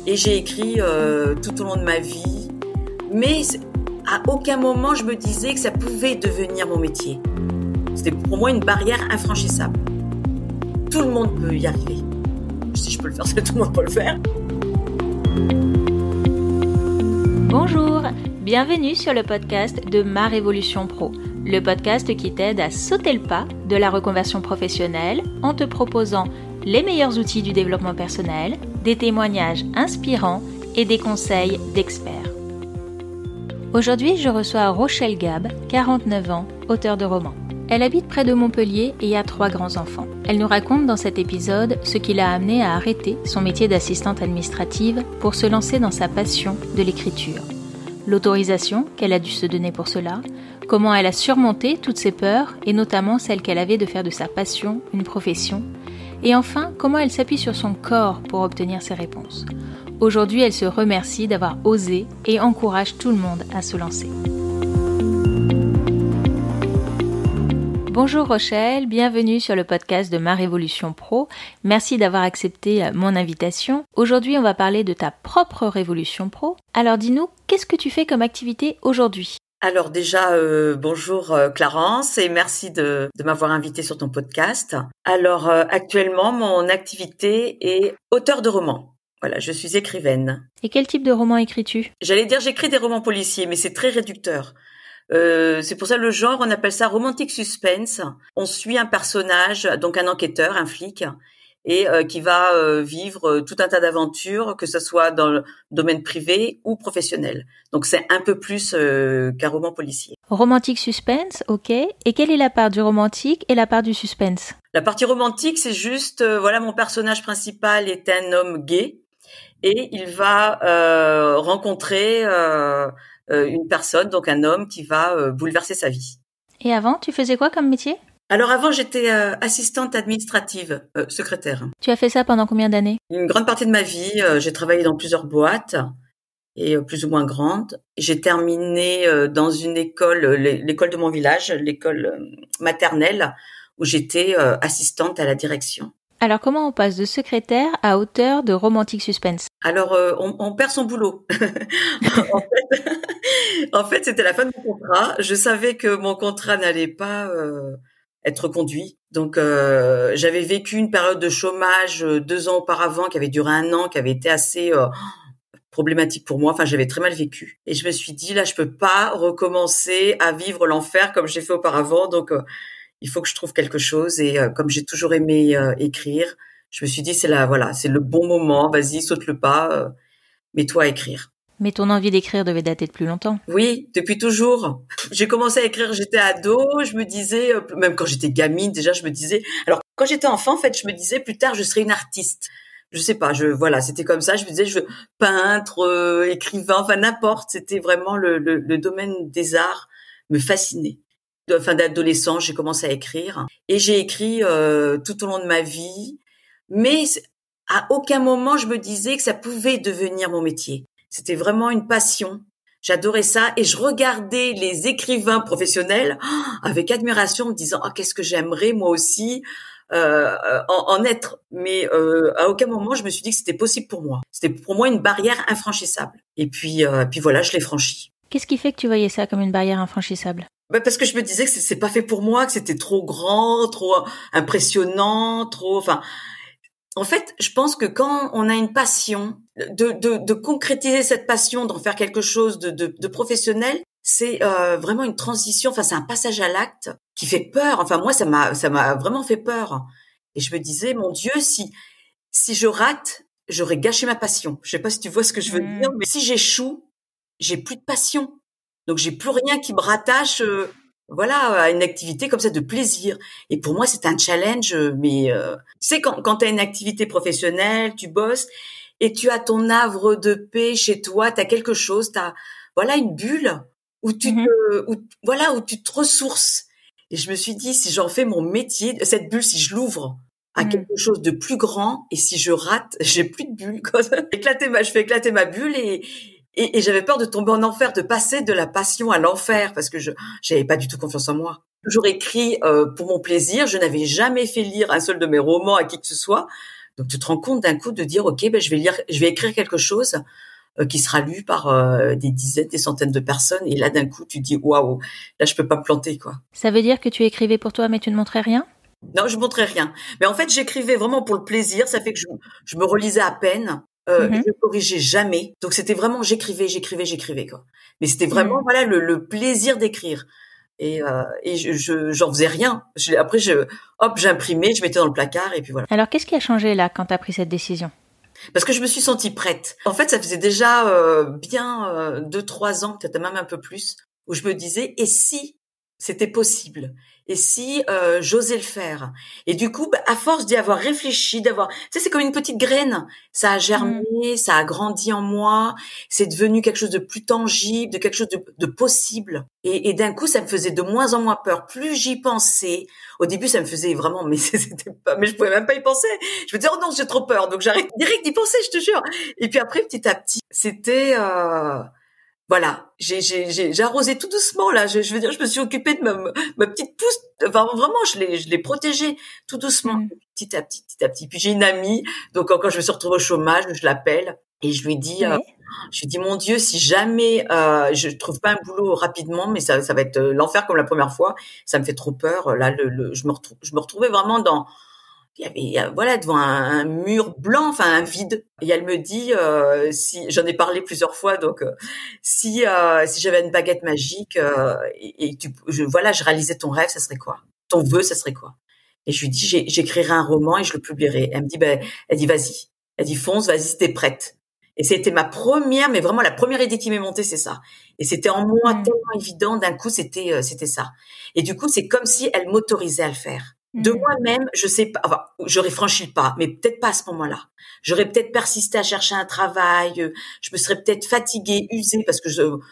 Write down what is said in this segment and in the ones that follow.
Et j'ai écrit tout au long de ma vie, mais à aucun moment je me disais que ça pouvait devenir mon métier. C'était pour moi une barrière infranchissable. Tout le monde peut y arriver. Si je peux le faire, c'est tout le monde peut le faire. Bonjour, bienvenue sur le podcast de Ma Révolution Pro, le podcast qui t'aide à sauter le pas de la reconversion professionnelle en te proposant les meilleurs outils du développement personnel, des témoignages inspirants et des conseils d'experts. Aujourd'hui, je reçois Rochelle Gab, 49 ans, auteure de romans. Elle habite près de Montpellier et a 3 grands-enfants. Elle nous raconte dans cet épisode ce qui l'a amenée à arrêter son métier d'assistante administrative pour se lancer dans sa passion de l'écriture. L'autorisation qu'elle a dû se donner pour cela, comment elle a surmonté toutes ses peurs et notamment celle qu'elle avait de faire de sa passion une profession, et enfin comment elle s'appuie sur son corps pour obtenir ses réponses. Aujourd'hui, elle se remercie d'avoir osé et encourage tout le monde à se lancer. Bonjour Rochelle, bienvenue sur le podcast de Ma Révolution Pro. Merci d'avoir accepté mon invitation. Aujourd'hui, on va parler de ta propre Révolution Pro. Alors dis-nous, qu'est-ce que tu fais comme activité aujourd'hui ? Alors déjà, bonjour Clarence et merci de m'avoir invitée sur ton podcast. Alors actuellement, mon activité est auteur de romans. Voilà, je suis écrivaine. Et quel type de roman écris-tu ? J'allais dire j'écris des romans policiers, mais c'est très réducteur. C'est pour ça le genre, on appelle ça romantic suspense. On suit un personnage, donc un enquêteur, un flic, et qui va vivre tout un tas d'aventures, que ce soit dans le domaine privé ou professionnel. Donc c'est un peu plus qu'un roman policier. Romantic suspense, ok. Et quelle est la part du romantique et la part du suspense ? La partie romantique, c'est juste, voilà, mon personnage principal est un homme gay et il va rencontrer une personne, donc un homme qui va bouleverser sa vie. Et avant, tu faisais quoi comme métier ? Alors avant, j'étais assistante administrative, secrétaire. Tu as fait ça pendant combien d'années ? Une grande partie de ma vie, j'ai travaillé dans plusieurs boîtes et plus ou moins grandes. J'ai terminé dans une école, l'école de mon village, l'école maternelle, où j'étais assistante à la direction. Alors comment on passe de secrétaire à auteur de romantic suspense ? Alors on perd son boulot. En fait, c'était la fin de mon contrat. Je savais que mon contrat n'allait pas être conduit. Donc, j'avais vécu une période de chômage 2 ans auparavant, qui avait duré 1 an, qui avait été assez problématique pour moi. Enfin, j'avais très mal vécu. Et je me suis dit, là, je peux pas recommencer à vivre l'enfer comme j'ai fait auparavant. Donc, il faut que je trouve quelque chose. Et comme j'ai toujours aimé écrire, je me suis dit, c'est le bon moment. Vas-y, saute le pas, mets-toi à écrire. Mais ton envie d'écrire devait dater de plus longtemps. Oui, depuis toujours. J'ai commencé à écrire, j'étais ado, je me disais, même quand j'étais gamine, déjà, je me disais, alors, quand j'étais enfant, en fait, je me disais, plus tard, je serai une artiste. Je sais pas, c'était comme ça, je me disais, je veux peintre, écrivain, enfin, n'importe, c'était vraiment le domaine des arts me fascinait. Fin d'adolescence, j'ai commencé à écrire. Et j'ai écrit tout au long de ma vie, mais à aucun moment, je me disais que ça pouvait devenir mon métier. C'était vraiment une passion. J'adorais ça et je regardais les écrivains professionnels avec admiration, en me disant qu'est-ce que j'aimerais moi aussi en être. Mais à aucun moment je me suis dit que c'était possible pour moi. C'était pour moi une barrière infranchissable. Et puis voilà, je l'ai franchie. Qu'est-ce qui fait que tu voyais ça comme une barrière infranchissable ? Parce que je me disais que c'est pas fait pour moi, que c'était trop grand, trop impressionnant, trop. Enfin. En fait, je pense que quand on a une passion, de concrétiser cette passion, d'en faire quelque chose de professionnel, c'est vraiment une transition. Enfin, c'est un passage à l'acte qui fait peur. Enfin, moi, ça m'a vraiment fait peur. Et je me disais, mon Dieu, si je rate, j'aurais gâché ma passion. Je sais pas si tu vois ce que je veux dire, mais si j'échoue, j'ai plus de passion. Donc, j'ai plus rien qui me rattache. À une activité comme ça de plaisir. Et pour moi, c'est un challenge, mais tu sais, quand tu as une activité professionnelle, tu bosses et tu as ton havre de paix chez toi, tu as quelque chose, tu as une bulle où tu te ressources. Et je me suis dit, si j'en fais mon métier, cette bulle, si je l'ouvre à quelque chose de plus grand, et si je rate, j'ai plus de bulle. Je fais éclater ma bulle et j'avais peur de tomber en enfer, de passer de la passion à l'enfer, parce que j'avais pas du tout confiance en moi. Toujours écrit pour mon plaisir. Je n'avais jamais fait lire un seul de mes romans à qui que ce soit. Donc tu te rends compte d'un coup de dire ok, ben je vais écrire quelque chose qui sera lu par des dizaines, des centaines de personnes. Et là d'un coup tu dis waouh, là je peux pas me planter quoi. Ça veut dire que tu écrivais pour toi mais tu ne montrais rien? Non, je montrais rien. Mais en fait j'écrivais vraiment pour le plaisir. Ça fait que je me relisais à peine. Je corrigeais jamais. Donc c'était vraiment j'écrivais quoi. Mais c'était vraiment voilà le plaisir d'écrire. Et j'en faisais rien. Après j'imprimais, je mettais dans le placard et puis voilà. Alors qu'est-ce qui a changé là quand tu as pris cette décision? Parce que je me suis sentie prête. En fait, ça faisait déjà bien 2-3 ans, peut-être même un peu plus, où je me disais et si c'était possible, et si j'osais le faire. Et du coup, à force d'y avoir réfléchi, tu sais, c'est comme une petite graine. Ça a germé, ça a grandi en moi. C'est devenu quelque chose de plus tangible, de quelque chose de possible. Et d'un coup, ça me faisait de moins en moins peur. Plus j'y pensais, au début, ça me faisait vraiment, mais mais je pouvais même pas y penser. Je me disais, oh non, j'ai trop peur. Donc j'arrête direct d'y penser, je te jure. Et puis après, petit à petit, c'était, voilà, j'ai arrosé tout doucement là. Je veux dire, je me suis occupée de ma petite pousse. Enfin, vraiment, je l'ai protégée tout doucement, petit à petit. Puis j'ai une amie, donc quand je me suis retrouvée au chômage, je l'appelle et je lui dis, mon Dieu, si jamais je trouve pas un boulot rapidement, mais ça va être l'enfer comme la première fois. Ça me fait trop peur. Là, je me retrouvais vraiment dans il y avait voilà devant un mur blanc, enfin un vide. Et elle me dit si j'en ai parlé plusieurs fois, donc si j'avais une baguette magique et je réalisais ton rêve, ça serait quoi? Ton vœu, ça serait quoi? Et je lui dis j'écrirai un roman et je le publierai. Elle me dit elle dit vas-y, elle dit fonce, vas-y si t'es prête. Et c'était ma première, mais vraiment la première idée qui m'est montée, c'est ça. Et c'était en moi tellement évident, d'un coup c'était ça. Et du coup c'est comme si elle m'autorisait à le faire. De moi-même, je sais pas, enfin, j'aurais franchi le pas, mais peut-être pas à ce moment-là. J'aurais peut-être persisté à chercher un travail, je me serais peut-être fatiguée, usée, parce que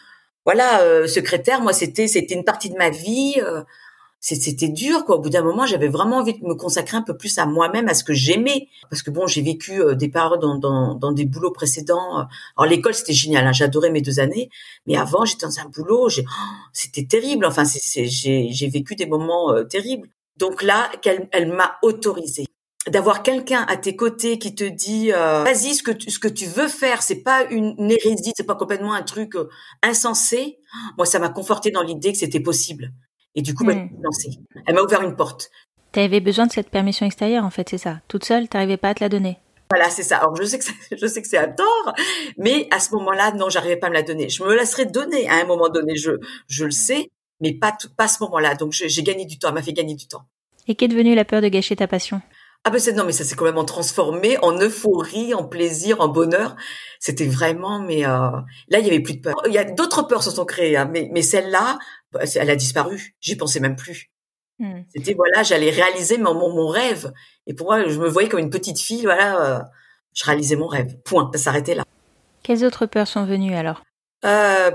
secrétaire, moi, c'était une partie de ma vie, c'était dur, quoi. Au bout d'un moment, j'avais vraiment envie de me consacrer un peu plus à moi-même, à ce que j'aimais. Parce que bon, j'ai vécu des périodes dans des boulots précédents. Alors, l'école, c'était génial, hein, j'adorais mes 2 années. Mais avant, j'étais dans un boulot, c'était terrible. Enfin, j'ai vécu des moments terribles. Donc là, elle m'a autorisée. D'avoir quelqu'un à tes côtés qui te dit vas-y, ce que tu veux faire, c'est pas une hérésie, c'est pas complètement un truc insensé. Moi, ça m'a confortée dans l'idée que c'était possible. Et du coup, je me suis lancée. Elle m'a ouvert une porte. Tu avais besoin de cette permission extérieure, en fait, c'est ça. Toute seule, t'arrivais pas à te la donner. Voilà, c'est ça. Alors je sais que c'est un tort, mais à ce moment-là, non, j'arrivais pas à me la donner. Je me la serais donnée à un moment donné, je le sais, mais pas à ce moment-là. Donc j'ai gagné du temps, elle m'a fait gagner du temps. Et qu'est devenue la peur de gâcher ta passion? Ah ben non, mais ça s'est complètement transformé en euphorie, en plaisir, en bonheur. C'était vraiment, mais là il y avait plus de peur. Il y a d'autres peurs se sont créées, hein, mais celle-là, elle a disparu. J'y pensais même plus. C'était voilà, j'allais réaliser mon rêve. Et pour moi, je me voyais comme une petite fille. Voilà, je réalisais mon rêve. Point. Ça s'arrêtait là. Quelles autres peurs sont venues alors? La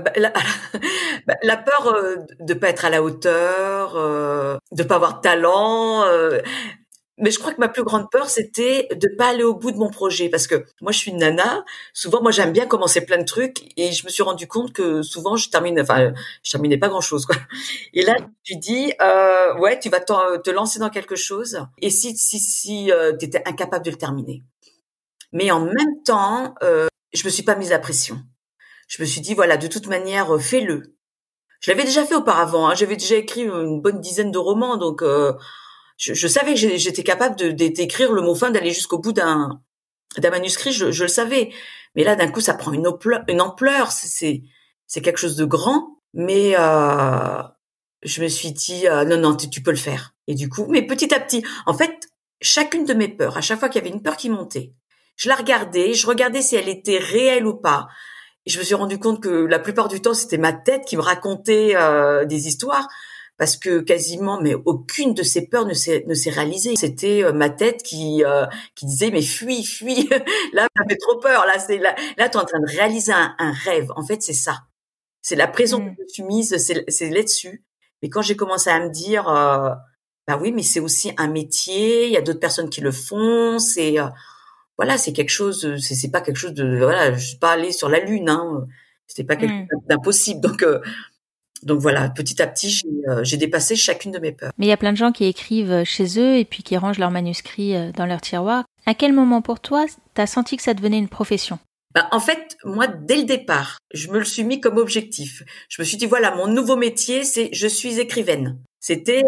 peur de pas être à la hauteur, de pas avoir de talent. Mais je crois que ma plus grande peur, c'était de pas aller au bout de mon projet. Parce que moi, je suis une nana. Souvent, moi, j'aime bien commencer plein de trucs. Et je me suis rendu compte que souvent, je terminais pas grand-chose, quoi. Et là, tu dis, ouais, tu vas te lancer dans quelque chose. Et si t'étais incapable de le terminer. Mais en même temps, je me suis pas mise à pression. Je me suis dit, voilà, de toute manière, fais-le. Je l'avais déjà fait auparavant. Hein. J'avais déjà écrit une bonne dizaine de romans. Donc, je savais que j'étais capable d'écrire le mot fin, d'aller jusqu'au bout d'un manuscrit, je le savais. Mais là, d'un coup, ça prend une ampleur. C'est quelque chose de grand. Mais je me suis dit, non, tu peux le faire. Et du coup, mais petit à petit, en fait, chacune de mes peurs, à chaque fois qu'il y avait une peur qui montait, je la regardais, je regardais si elle était réelle ou pas. Et je me suis rendu compte que la plupart du temps, c'était ma tête qui me racontait des histoires. Parce que quasiment, mais aucune de ces peurs ne s'est réalisée. C'était ma tête qui disait mais fuis. Là, ça fait trop peur. Là, t'es en train de réaliser un rêve. En fait, c'est ça. C'est la pression que je me suis mise, c'est là-dessus. Mais quand j'ai commencé à me dire, bah oui, mais c'est aussi un métier. Il y a d'autres personnes qui le font. C'est voilà, c'est quelque chose. C'est pas quelque chose de voilà. Je suis pas allée sur la lune. Hein. C'était pas quelque chose d'impossible. Donc voilà, petit à petit, j'ai dépassé chacune de mes peurs. Mais il y a plein de gens qui écrivent chez eux et puis qui rangent leurs manuscrits dans leur tiroir. À quel moment pour toi, t'as senti que ça devenait une profession ? En fait, moi, dès le départ, je me le suis mis comme objectif. Je me suis dit, voilà, mon nouveau métier, c'est je suis écrivaine. C'était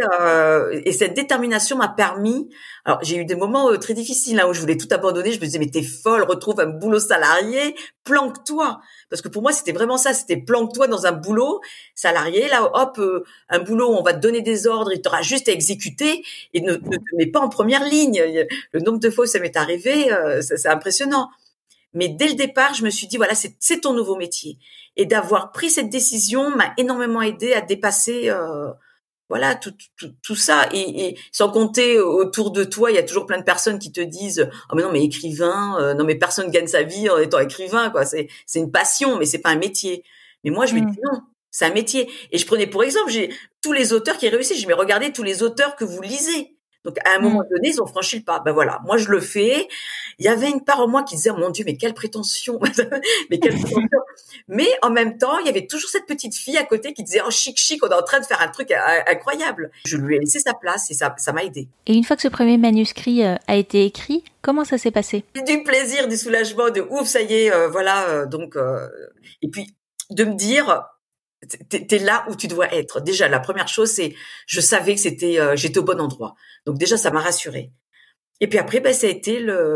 et cette détermination m'a permis. Alors, j'ai eu des moments très difficiles où je voulais tout abandonner. Je me disais, mais t'es folle, retrouve un boulot salarié, planque-toi. Parce que pour moi, c'était vraiment ça. C'était planque-toi dans un boulot salarié. Là, hop, un boulot où on va te donner des ordres, il t'aura juste à exécuter et ne te mets pas en première ligne. Le nombre de fois où ça m'est arrivé, c'est impressionnant. Mais dès le départ, je me suis dit, voilà, c'est ton nouveau métier. Et d'avoir pris cette décision m'a énormément aidé à dépasser, voilà, tout ça. Et sans compter autour de toi, il y a toujours plein de personnes qui te disent, oh mais non, mais écrivain, non mais personne gagne sa vie en étant écrivain, quoi. C'est une passion, mais c'est pas un métier. Mais moi, je me dis non, c'est un métier. Et je prenais pour exemple, j'ai tous les auteurs qui réussissent. Je me regardez tous les auteurs que vous lisez. Donc, à un moment donné, ils ont franchi le pas. Ben voilà, moi, je le fais. Il y avait une part en moi qui disait, oh mon Dieu, mais quelle prétention. Mais quelle prétention. Mais en même temps, il y avait toujours cette petite fille à côté qui disait, oh, chic, chic, on est en train de faire un truc incroyable. Je lui ai laissé sa place et ça m'a aidé. Et une fois que ce premier manuscrit a été écrit, comment ça s'est passé ? Du plaisir, du soulagement, de ouf, ça y est, voilà. Donc, et puis, de me dire, t'es là où tu dois être. Déjà, la première chose, c'est, je savais que j'étais au bon endroit. Donc déjà, ça m'a rassurée. Et puis après, ça a été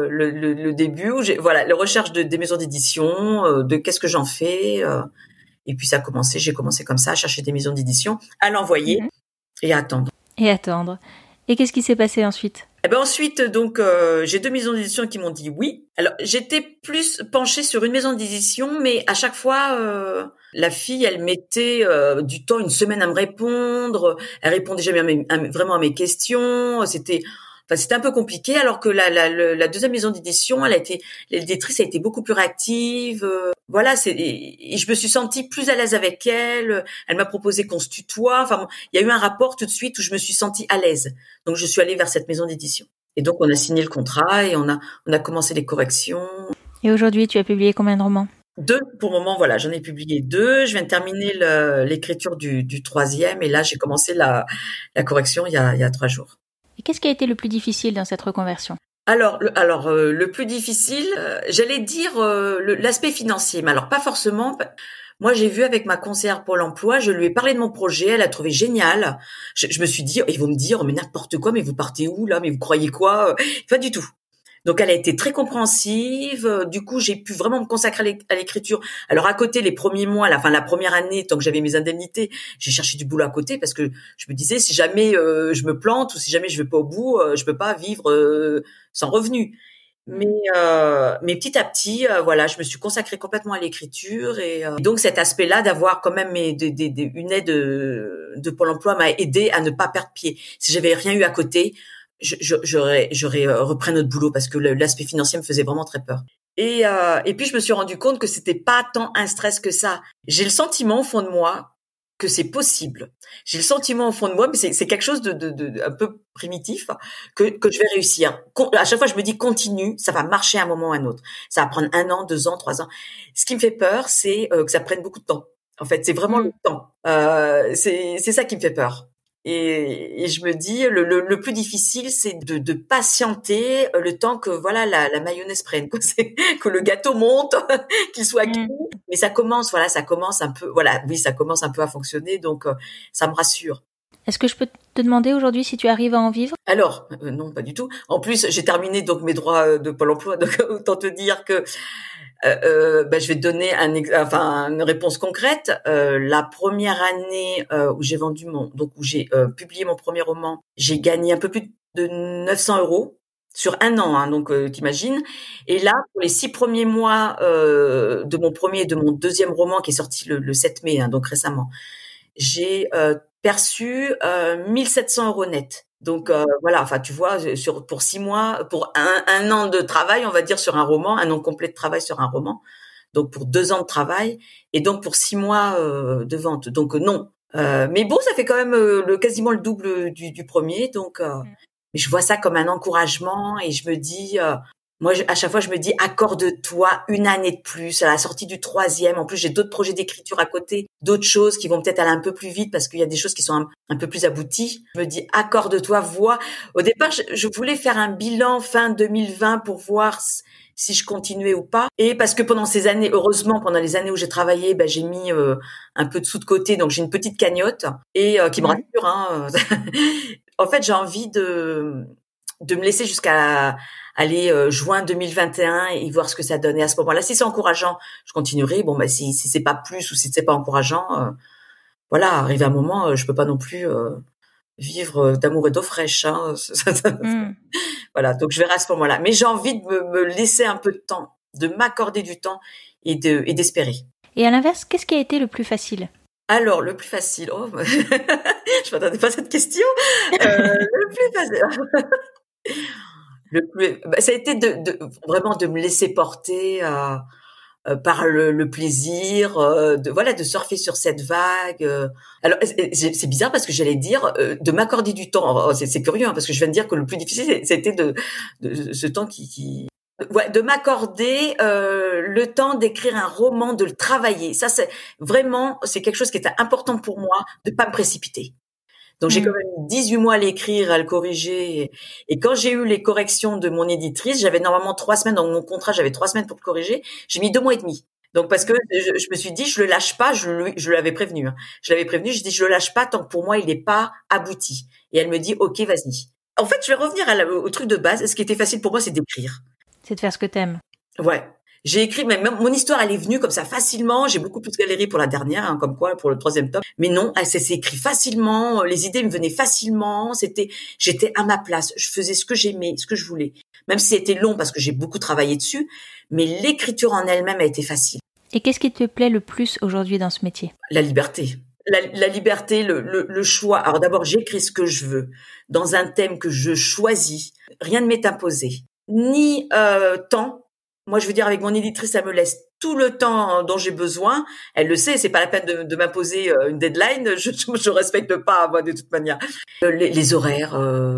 le début où la recherche des maisons d'édition, de qu'est-ce que j'en fais. Et puis j'ai commencé comme ça à chercher des maisons d'édition, à l'envoyer et à attendre. Et attendre. Et qu'est-ce qui s'est passé ensuite ? Ensuite, donc, j'ai 2 maisons d'édition qui m'ont dit oui. Alors, j'étais plus penchée sur une maison d'édition, mais à chaque fois, la fille, elle mettait du temps, une semaine à me répondre. Elle répondait jamais vraiment à mes questions. C'était un peu compliqué. Alors que la deuxième maison d'édition, l'éditrice a été beaucoup plus réactive. Voilà, et je me suis sentie plus à l'aise avec elle. Elle m'a proposé qu'on se tutoie. Enfin, bon, il y a eu un rapport tout de suite où je me suis sentie à l'aise. Donc, je suis allée vers cette maison d'édition. Et donc, on a signé le contrat et on a commencé les corrections. Et aujourd'hui, tu as publié combien de romans ? 2, pour le moment, voilà, j'en ai publié 2. Je viens de terminer l'écriture du 3e et là, j'ai commencé la correction il y a 3 jours. Et qu'est-ce qui a été le plus difficile dans cette reconversion ? Alors, le plus difficile, j'allais dire l'aspect financier, mais alors pas forcément. Moi, j'ai vu avec ma conseillère Pôle emploi, je lui ai parlé de mon projet, elle a trouvé génial. Je me suis dit, ils vont me dire, mais n'importe quoi, mais vous partez où là, mais vous croyez quoi ? Pas du tout. Donc, elle a été très compréhensive. Du coup, j'ai pu vraiment me consacrer à l'écriture. Alors, à côté, les premiers mois, la première année, tant que j'avais mes indemnités, j'ai cherché du boulot à côté parce que je me disais, si jamais je me plante ou si jamais je vais pas au bout, je peux pas vivre sans revenu. Mais petit à petit, voilà, je me suis consacrée complètement à l'écriture et donc cet aspect-là d'avoir quand même une aide de Pôle emploi m'a aidé à ne pas perdre pied. Si j'avais rien eu à côté, j'aurais repris notre boulot parce que l'aspect financier me faisait vraiment très peur. Et puis je me suis rendu compte que c'était pas tant un stress que ça. J'ai le sentiment au fond de moi que c'est possible. J'ai le sentiment au fond de moi, mais c'est quelque chose de un peu primitif que je vais réussir. À chaque fois, je me dis continue, ça va marcher à un moment ou à un autre. Ça va prendre 1 an, 2 ans, 3 ans. Ce qui me fait peur, c'est que ça prenne beaucoup de temps. En fait, c'est vraiment le temps. C'est ça qui me fait peur. Et je me dis le plus difficile, c'est de patienter le temps que voilà la mayonnaise prenne, quoi. C'est que le gâteau monte, qu'il soit cuit. Mais ça commence un peu, voilà, oui, ça commence un peu à fonctionner, donc ça me rassure. Est-ce que je peux te demander aujourd'hui si tu arrives à en vivre ? Alors, non, pas du tout. En plus, j'ai terminé donc mes droits de Pôle emploi, donc autant te dire que je vais te donner une réponse concrète. La première année où j'ai où j'ai publié mon premier roman, j'ai gagné un peu plus de 900 € sur 1 an, hein, donc t'imagines. Et là, pour les 6 premiers mois de mon premier et de mon deuxième roman qui est sorti le 7 mai, hein, donc récemment, j'ai perçu 1700 € net. Donc voilà, enfin tu vois, pour 6 mois, pour un an de travail, on va dire sur un roman, 1 an complet de travail sur un roman, donc pour 2 ans de travail et donc pour 6 mois de vente. Donc non, mais bon, ça fait quand même quasiment le double du premier. Donc, mais je vois ça comme un encouragement et je me dis Moi, à chaque fois, je me dis, accorde-toi une année de plus à la sortie du 3e. En plus, j'ai d'autres projets d'écriture à côté, d'autres choses qui vont peut-être aller un peu plus vite parce qu'il y a des choses qui sont un peu plus abouties. Je me dis, accorde-toi, vois. Au départ, je voulais faire un bilan fin 2020 pour voir si je continuais ou pas. Et parce que pendant ces années, heureusement, pendant les années où j'ai travaillé, j'ai mis un peu de sous de côté. Donc, j'ai une petite cagnotte et qui me rassure. Hein. En fait, j'ai envie de me laisser jusqu'à juin 2021 et voir ce que ça donne. Et à ce moment-là, si c'est encourageant, je continuerai. Bon, si c'est pas plus ou si c'est pas encourageant, voilà, arrivé un moment, je peux pas non plus vivre d'amour et d'eau fraîche. Hein. Voilà, donc je verrai à ce moment-là. Mais j'ai envie de me laisser un peu de temps, de m'accorder du temps et d'espérer. Et à l'inverse, qu'est-ce qui a été le plus facile? Alors, le plus facile, je m'attendais pas à cette question. Le plus facile. Ça a été vraiment de me laisser porter par le plaisir, de surfer sur cette vague. Alors c'est bizarre parce que j'allais dire de m'accorder du temps. C'est curieux hein, parce que je viens de dire que le plus difficile c'était de ce temps de m'accorder le temps d'écrire un roman, de le travailler. Ça c'est quelque chose qui était important pour moi, de pas me précipiter. Donc j'ai quand même 18 mois à l'écrire, à le corriger. Et quand j'ai eu les corrections de mon éditrice, j'avais normalement 3 semaines dans mon contrat, j'avais 3 semaines pour le corriger. J'ai mis 2 mois et demi. Donc parce que je me suis dit, je le lâche pas, je l'avais prévenu. Hein. Je l'avais prévenu, je dis, je le lâche pas tant que pour moi il n'est pas abouti. Et elle me dit, ok, vas-y. En fait, je vais revenir au truc de base. Ce qui était facile pour moi, c'est d'écrire. C'est de faire ce que t'aimes. Ouais. J'ai écrit, même mon histoire, elle est venue comme ça facilement. J'ai beaucoup plus galéré pour la dernière, hein, comme quoi pour le 3e tome. Mais non, c'est écrit facilement. Les idées me venaient facilement. J'étais à ma place. Je faisais ce que j'aimais, ce que je voulais. Même si c'était long parce que j'ai beaucoup travaillé dessus, mais l'écriture en elle-même a été facile. Et qu'est-ce qui te plaît le plus aujourd'hui dans ce métier? La liberté. La liberté, le choix. Alors d'abord, j'écris ce que je veux dans un thème que je choisis. Rien ne m'est imposé, ni temps. Moi, je veux dire, avec mon éditrice, elle me laisse tout le temps dont j'ai besoin. Elle le sait, c'est pas la peine de m'imposer une deadline. Je respecte pas, moi, de toute manière. Les horaires,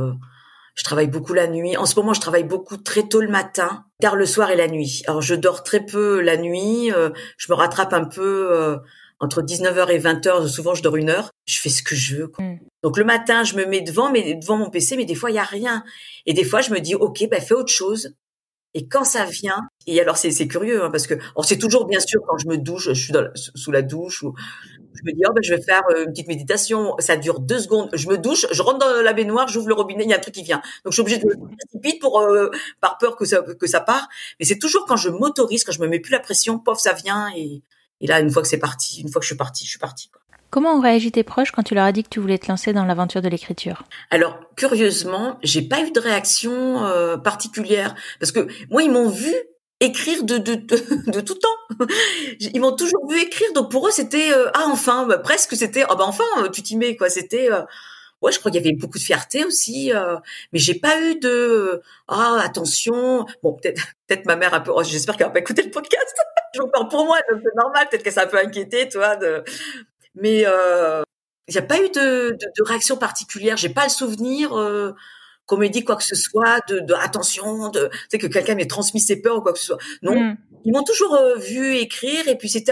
je travaille beaucoup la nuit. En ce moment, je travaille beaucoup très tôt le matin, tard le soir et la nuit. Alors, je dors très peu la nuit. Je me rattrape un peu entre 19h et 20h. Souvent, je dors 1 heure. Je fais ce que je veux, quoi. Donc, le matin, je me mets devant mon PC, mais des fois, il y a rien. Et des fois, je me dis, OK, fais autre chose. Et quand ça vient, et alors c'est curieux hein, parce que c'est toujours bien sûr quand je me douche, je suis sous la douche ou je me dis je vais faire une petite méditation, ça dure 2 secondes, je me douche, je rentre dans la baignoire, j'ouvre le robinet, il y a un truc qui vient. Donc je suis obligée de me précipiter par peur que ça part, mais c'est toujours quand je m'autorise, quand je me mets plus la pression, pof ça vient et là une fois que c'est parti, une fois que je suis partie quoi. Comment ont réagi tes proches quand tu leur as dit que tu voulais te lancer dans l'aventure de l'écriture? Alors, curieusement, j'ai pas eu de réaction particulière parce que moi, ils m'ont vu écrire de tout temps. Ils m'ont toujours vu écrire, donc pour eux, c'était enfin, presque c'était enfin, tu t'y mets quoi. C'était ouais, je crois qu'il y avait beaucoup de fierté aussi, mais j'ai pas eu de attention. Bon, peut-être ma mère un peu. J'espère qu'elle va pas écouter le podcast. Je me parle pour moi, donc c'est normal. Peut-être qu'elle s'est un peu inquiétée, toi. Mais il n'y a pas eu de réaction particulière. J'ai pas le souvenir qu'on m'ait dit quoi que ce soit de attention, que quelqu'un m'ait transmis ses peurs ou quoi que ce soit. Non, ils m'ont toujours vu écrire et puis c'était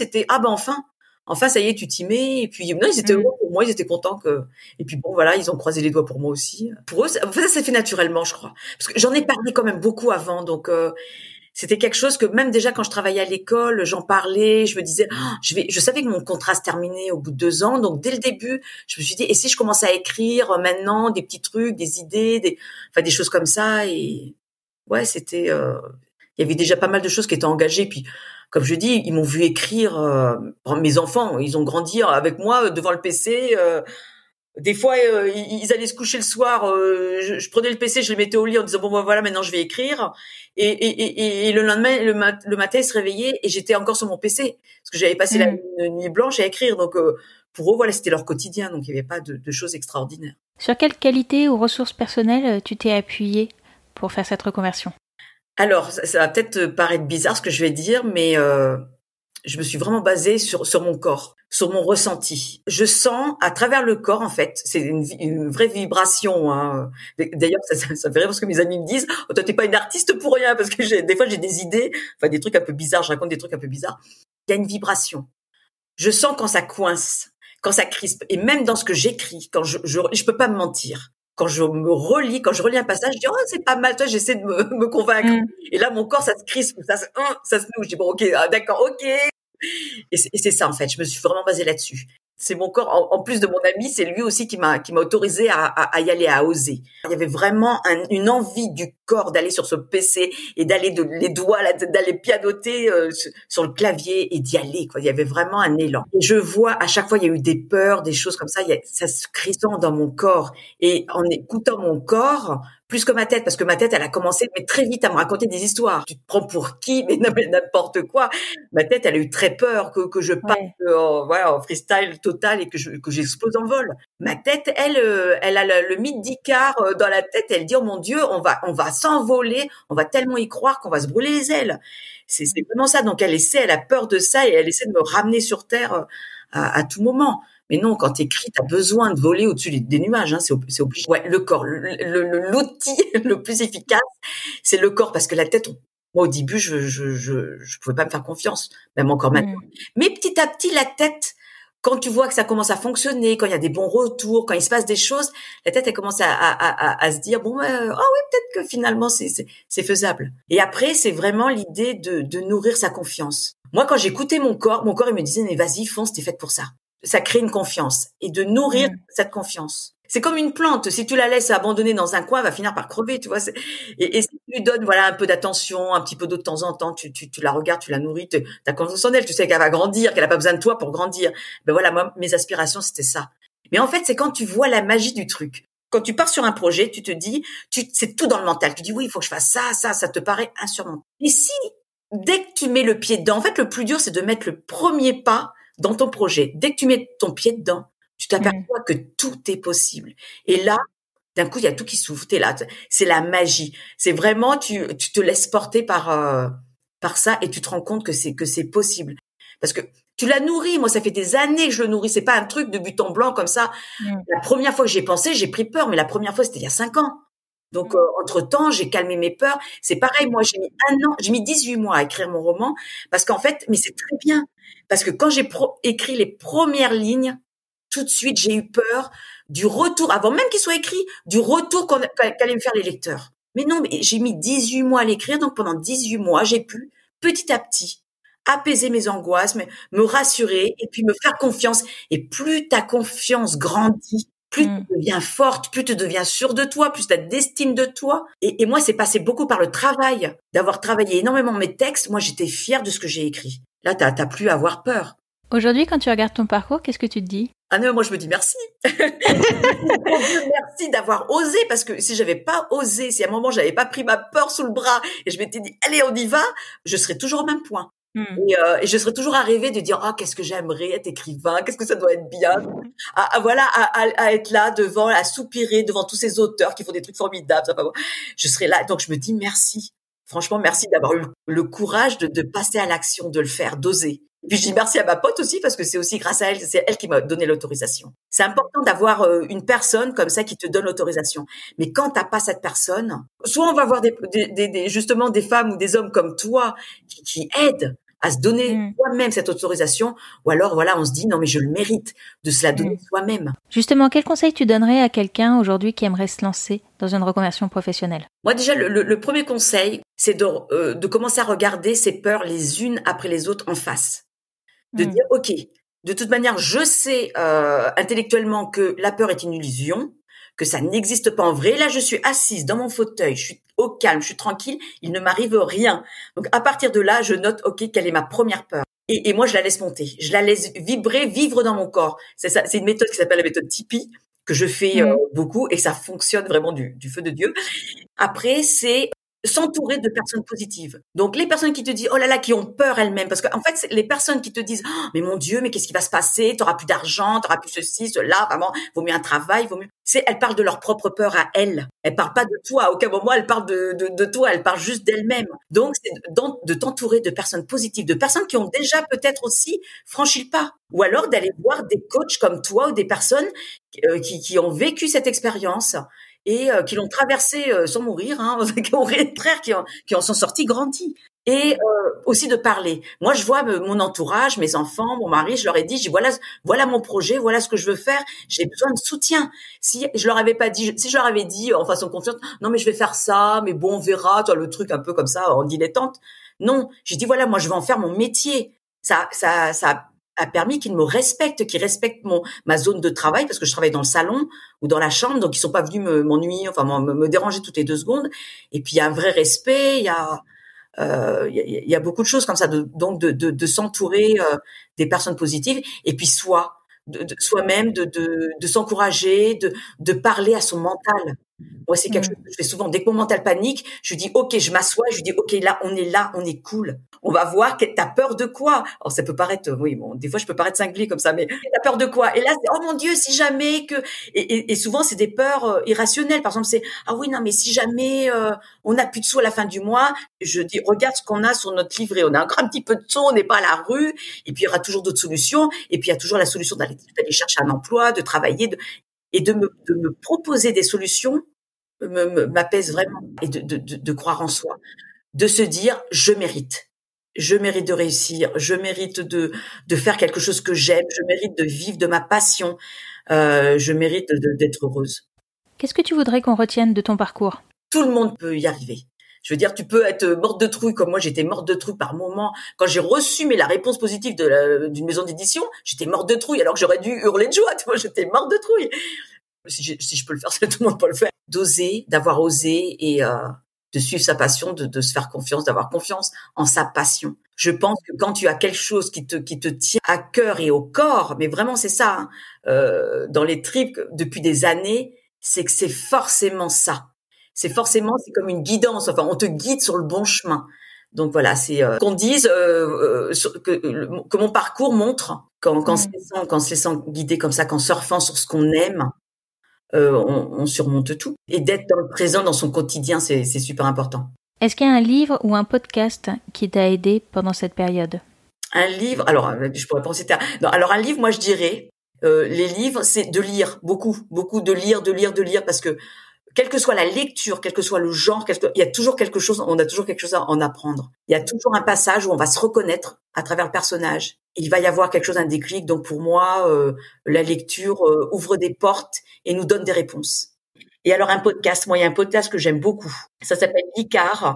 enfin ça y est, tu t'y mets. Et puis non, ils étaient heureux pour moi, ils étaient contents et puis bon voilà, ils ont croisé les doigts pour moi aussi. Pour eux, en fait, ça s'est fait naturellement, je crois, parce que j'en ai parlé quand même beaucoup avant, donc. C'était quelque chose que même déjà quand je travaillais à l'école, j'en parlais, je me disais, je savais que mon contrat se terminait au bout de 2 ans, donc dès le début, je me suis dit, et si je commençais à écrire maintenant des petits trucs, des idées, des choses comme ça, et ouais, c'était, il y avait déjà pas mal de choses qui étaient engagées, puis comme je dis, ils m'ont vu écrire, mes enfants, ils ont grandi avec moi devant le PC. Des fois, ils allaient se coucher le soir. Je prenais le PC, je le mettais au lit en disant voilà, maintenant je vais écrire. Et le lendemain, le matin, ils se réveillaient et j'étais encore sur mon PC parce que j'avais passé la nuit blanche à écrire. Donc pour eux, voilà, c'était leur quotidien. Donc il n'y avait pas de choses extraordinaires. Sur quelles qualités ou ressources personnelles tu t'es appuyée pour faire cette reconversion? Alors, ça va peut-être paraître bizarre ce que je vais dire, mais je me suis vraiment basée sur mon corps, sur mon ressenti. Je sens à travers le corps, en fait, c'est une vraie vibration. Hein. D'ailleurs, ça fait rire parce que mes amis me disent oh, toi, t'es pas une artiste pour rien, parce que des fois, j'ai des idées, enfin des trucs un peu bizarres, je raconte des trucs un peu bizarres. Il y a une vibration. Je sens quand ça coince, quand ça crispe. Et même dans ce que j'écris, quand je peux pas me mentir. Quand je relis un passage, je dis, oh, c'est pas mal, toi, j'essaie de me convaincre. Et là, mon corps, ça se crispe, ça se noue. Je dis, bon, ok, d'accord, ok. Et c'est ça, en fait. Je me suis vraiment basée là-dessus. C'est mon corps, en plus de mon ami, c'est lui aussi qui m'a autorisé à y aller, à oser. Il y avait vraiment une envie du corps d'aller sur ce PC et d'aller les doigts, d'aller pianoter sur le clavier et d'y aller, quoi. Il y avait vraiment un élan. Et je vois, à chaque fois, il y a eu des peurs, des choses comme ça. Ça se cristallise dans mon corps. Et en écoutant mon corps, plus que ma tête, parce que ma tête, elle a commencé, mais très vite, à me raconter des histoires. Tu te prends pour qui? Mais n'importe quoi. Ma tête, elle a eu très peur que je parte en freestyle total et que j'explose en vol. Ma tête, elle a le mythe d'Icare dans la tête. Elle dit, oh mon Dieu, on va s'envoler, on va tellement y croire qu'on va se brûler les ailes. C'est vraiment ça. Donc elle a peur de ça et elle essaie de me ramener sur terre à tout moment. Mais non, quand t'écris, t'as besoin de voler au-dessus des nuages, hein, c'est obligé. Ouais, le corps, l'outil le plus efficace, c'est le corps, parce que la tête, moi, au début, je pouvais pas me faire confiance, même encore maintenant. Mais petit à petit, la tête, quand tu vois que ça commence à fonctionner, quand il y a des bons retours, quand il se passe des choses, la tête, elle commence à se dire, bon, oh oui, peut-être que finalement, c'est faisable. Et après, c'est vraiment l'idée de nourrir sa confiance. Moi, quand j'écoutais mon corps, il me disait, mais vas-y, fonce, t'es faite pour ça. Ça crée une confiance et de nourrir cette confiance. C'est comme une plante. Si tu la laisses abandonner dans un coin, elle va finir par crever, tu vois. Et si tu lui donnes, voilà, un peu d'attention, un petit peu d'eau de temps en temps, tu la regardes, tu la nourris, t'as confiance en elle, tu sais qu'elle va grandir, qu'elle a pas besoin de toi pour grandir. Ben voilà, moi, mes aspirations, c'était ça. Mais en fait, c'est quand tu vois la magie du truc. Quand tu pars sur un projet, tu te dis, c'est tout dans le mental. Tu dis, oui, il faut que je fasse ça te paraît insurmontable. Et si, dès que tu mets le pied dedans, en fait, le plus dur, c'est de mettre le premier pas dans ton projet. Dès que tu mets ton pied dedans, tu t'aperçois que tout est possible. Et là, d'un coup, il y a tout qui s'ouvre. T'es là. C'est la magie. C'est vraiment, tu te laisses porter par ça et tu te rends compte que c'est possible. Parce que tu l'as nourri. Moi, ça fait des années que je le nourris. C'est pas un truc de but en blanc comme ça. La première fois que j'y ai pensé, j'ai pris peur. Mais la première fois, c'était il y a 5 ans. Donc, entre-temps, j'ai calmé mes peurs. C'est pareil. Moi, j'ai mis 18 mois à écrire mon roman. Parce qu'en fait, mais c'est très bien. Parce que quand j'ai écrit les premières lignes, tout de suite, j'ai eu peur du retour, avant même qu'il soit écrit, du retour qu'allaient me faire les lecteurs. Mais non, mais j'ai mis 18 mois à l'écrire, donc pendant 18 mois, j'ai pu, petit à petit, apaiser mes angoisses, me rassurer, et puis me faire confiance. Et plus ta confiance grandit, plus tu deviens forte, plus tu deviens sûre de toi, plus tu as d'estime de toi. Et moi, c'est passé beaucoup par le travail, d'avoir travaillé énormément mes textes. Moi, j'étais fière de ce que j'ai écrit. Là, t'as plus à avoir peur. Aujourd'hui, quand tu regardes ton parcours, qu'est-ce que tu te dis? Ah non, moi je me dis merci. Merci d'avoir osé, parce que si j'avais pas osé, si à un moment j'avais pas pris ma peur sous le bras et je m'étais dit allez on y va, je serais toujours au même point. Et je serais toujours à rêver de dire ah qu'est-ce que j'aimerais être écrivain, qu'est-ce que ça doit être bien, à être là devant, à soupirer devant tous ces auteurs qui font des trucs formidables. Ça, je serais là, donc je me dis merci. Franchement, merci d'avoir eu le courage de passer à l'action, de le faire, d'oser. Et puis je dis merci à ma pote aussi, parce que c'est aussi grâce à elle, c'est elle qui m'a donné l'autorisation. C'est important d'avoir une personne comme ça qui te donne l'autorisation. Mais quand t'as pas cette personne, soit on va avoir justement des femmes ou des hommes comme toi qui aident à se donner soi-même cette autorisation, ou alors voilà, on se dit non mais je le mérite de se la donner soi-même. Justement, quel conseil tu donnerais à quelqu'un aujourd'hui qui aimerait se lancer dans une reconversion professionnelle? Moi déjà, le premier conseil, c'est de commencer à regarder ses peurs les unes après les autres en face. De dire ok, de toute manière, je sais intellectuellement que la peur est une illusion, que ça n'existe pas en vrai. Là, je suis assise dans mon fauteuil, je suis au calme, je suis tranquille, il ne m'arrive rien. Donc, à partir de là, je note, ok, quelle est ma première peur. Et moi, je la laisse monter, je la laisse vibrer, vivre dans mon corps. C'est ça, c'est une méthode qui s'appelle la méthode Tipeee, que je fais beaucoup, et ça fonctionne vraiment du feu de Dieu. Après, c'est s'entourer de personnes positives. Donc les personnes qui te disent oh là là, qui ont peur elles-mêmes, parce que en fait c'est les personnes qui te disent oh, mais mon Dieu, mais qu'est-ce qui va se passer, t'auras plus d'argent, t'auras plus ceci, cela, vraiment vaut mieux un travail, vaut mieux. Elles parlent de leur propre peur à elles. Elles parlent pas de toi. À aucun moment elles parlent de toi. Elles parlent juste d'elles-mêmes. Donc c'est de t'entourer de personnes positives, de personnes qui ont déjà peut-être aussi franchi le pas, ou alors d'aller voir des coachs comme toi ou des personnes qui ont vécu cette expérience et qui l'ont traversé sans mourir, qui ont frères qui en sont sortis grandis. Et aussi de parler. Moi, je vois mon entourage, mes enfants, mon mari, je leur ai dit, voilà mon projet, voilà ce que je veux faire. J'ai besoin de soutien. Si je leur avais dit en façon confiante, non mais je vais faire ça, mais bon on verra, toi le truc un peu comme ça en dilettante. Non, j'ai dit voilà, moi je vais en faire mon métier. Ça a permis qu'ils me respectent, qu'ils respectent ma zone de travail, parce que je travaille dans le salon ou dans la chambre, donc ils sont pas venus m'ennuyer, enfin me déranger toutes les 2 secondes. Et puis il y a un vrai respect, il y a beaucoup de choses comme ça, donc de s'entourer des personnes positives, et puis soi-même, de s'encourager, de parler à son mental. Moi, c'est quelque chose que je fais souvent. Dès que mon mental panique, je dis ok, je m'assois, je dis ok, là, on est cool. On va voir que t'as peur de quoi. Alors ça peut paraître, oui, bon, des fois je peux paraître cinglée comme ça, mais t'as peur de quoi? Et là, c'est oh mon Dieu, si jamais que, et souvent c'est des peurs irrationnelles. Par exemple, c'est ah oui, non, mais si jamais on n'a plus de sous à la fin du mois, je dis regarde ce qu'on a sur notre livret. On a encore un petit peu de sous, on n'est pas à la rue. Et puis il y aura toujours d'autres solutions. Et puis il y a toujours la solution d'aller chercher un emploi, de travailler, et de me proposer des solutions m'apaise vraiment, et de croire en soi, de se dire je mérite de réussir, je mérite de faire quelque chose que j'aime, je mérite de vivre de ma passion, je mérite d'être heureuse. Qu'est-ce que tu voudrais qu'on retienne de ton parcours? Tout le monde peut y arriver. Je veux dire, tu peux être morte de trouille comme moi, j'étais morte de trouille par moment. Quand j'ai reçu la réponse positive d'une maison d'édition, j'étais morte de trouille alors que j'aurais dû hurler de joie, tu vois, j'étais morte de trouille. Si je peux le faire, tout le monde peut le faire. D'oser, d'avoir osé, et de suivre sa passion, de se faire confiance, d'avoir confiance en sa passion. Je pense que quand tu as quelque chose qui te tient à cœur et au corps, mais vraiment c'est ça, dans les tripes depuis des années, c'est que c'est forcément ça. C'est comme une guidance. Enfin, on te guide sur le bon chemin. Donc voilà, c'est qu'on dise que mon parcours montre qu'en se laissant guider comme ça, qu'en surfant sur ce qu'on aime, on surmonte tout. Et d'être dans le présent, dans son quotidien, c'est super important. Est-ce qu'il y a un livre ou un podcast qui t'a aidé pendant cette période? Un livre, alors je pourrais penser non, alors un livre, moi je dirais les livres, c'est de lire beaucoup de lire, parce que quelle que soit la lecture, quel que soit le genre, il y a toujours quelque chose, on a toujours quelque chose à en apprendre. Il y a toujours un passage où on va se reconnaître à travers le personnage. Il va y avoir quelque chose, un déclic. Donc pour moi, la lecture ouvre des portes et nous donne des réponses. Et alors un podcast, moi il y a un podcast que j'aime beaucoup. Ça s'appelle Licares,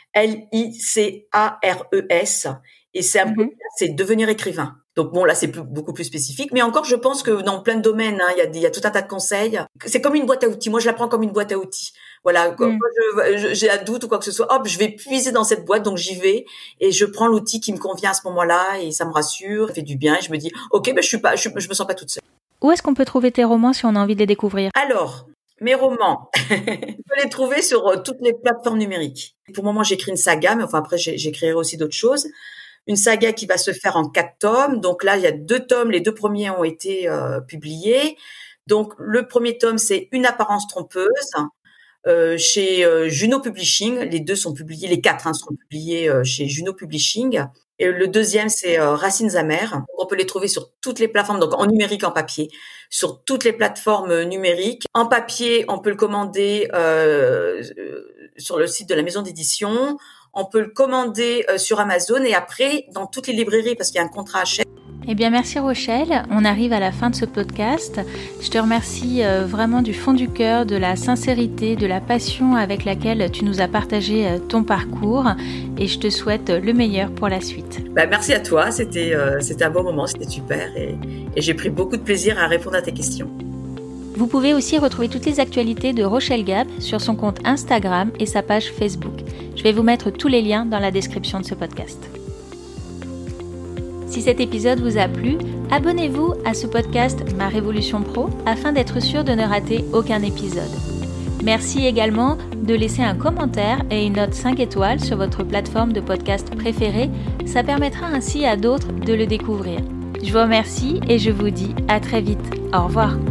Licares, et c'est un podcast, c'est devenir écrivain. Donc bon, là c'est beaucoup plus spécifique, mais encore je pense que dans plein de domaines, il y a tout un tas de conseils. C'est comme une boîte à outils. Moi je la prends comme une boîte à outils. Voilà, quand j'ai un doute ou quoi que ce soit, hop, je vais puiser dans cette boîte, donc j'y vais et je prends l'outil qui me convient à ce moment-là, et ça me rassure, ça fait du bien, et je me dis ok, ben je me sens pas toute seule. Où est-ce qu'on peut trouver tes romans si on a envie de les découvrir? Alors, mes romans, tu peux les trouver sur toutes les plateformes numériques. Pour le moment, j'écris une saga, mais enfin après j'écrirai aussi d'autres choses. Une saga qui va se faire en 4 tomes. Donc là, il y a 2 tomes. Les 2 premiers ont été publiés. Donc le premier tome, c'est Une apparence trompeuse chez Juno Publishing. Les 2 sont publiés, les 4 seront publiés chez Juno Publishing. Et le deuxième, c'est Racines amères. On peut les trouver sur toutes les plateformes, donc en numérique, en papier, sur toutes les plateformes numériques. En papier, on peut le commander sur le site de la maison d'édition. On peut le commander sur Amazon, et après dans toutes les librairies, parce qu'il y a un contrat à chaîne. Eh bien, merci Rochelle. On arrive à la fin de ce podcast. Je te remercie vraiment du fond du cœur, de la sincérité, de la passion avec laquelle tu nous as partagé ton parcours, et je te souhaite le meilleur pour la suite. Merci à toi. C'était un bon moment, c'était super, et j'ai pris beaucoup de plaisir à répondre à tes questions. Vous pouvez aussi retrouver toutes les actualités de Rochelle Gap sur son compte Instagram et sa page Facebook. Je vais vous mettre tous les liens dans la description de ce podcast. Si cet épisode vous a plu, abonnez-vous à ce podcast Ma Révolution Pro afin d'être sûr de ne rater aucun épisode. Merci également de laisser un commentaire et une note 5 étoiles sur votre plateforme de podcast préférée. Ça permettra ainsi à d'autres de le découvrir. Je vous remercie et je vous dis à très vite. Au revoir.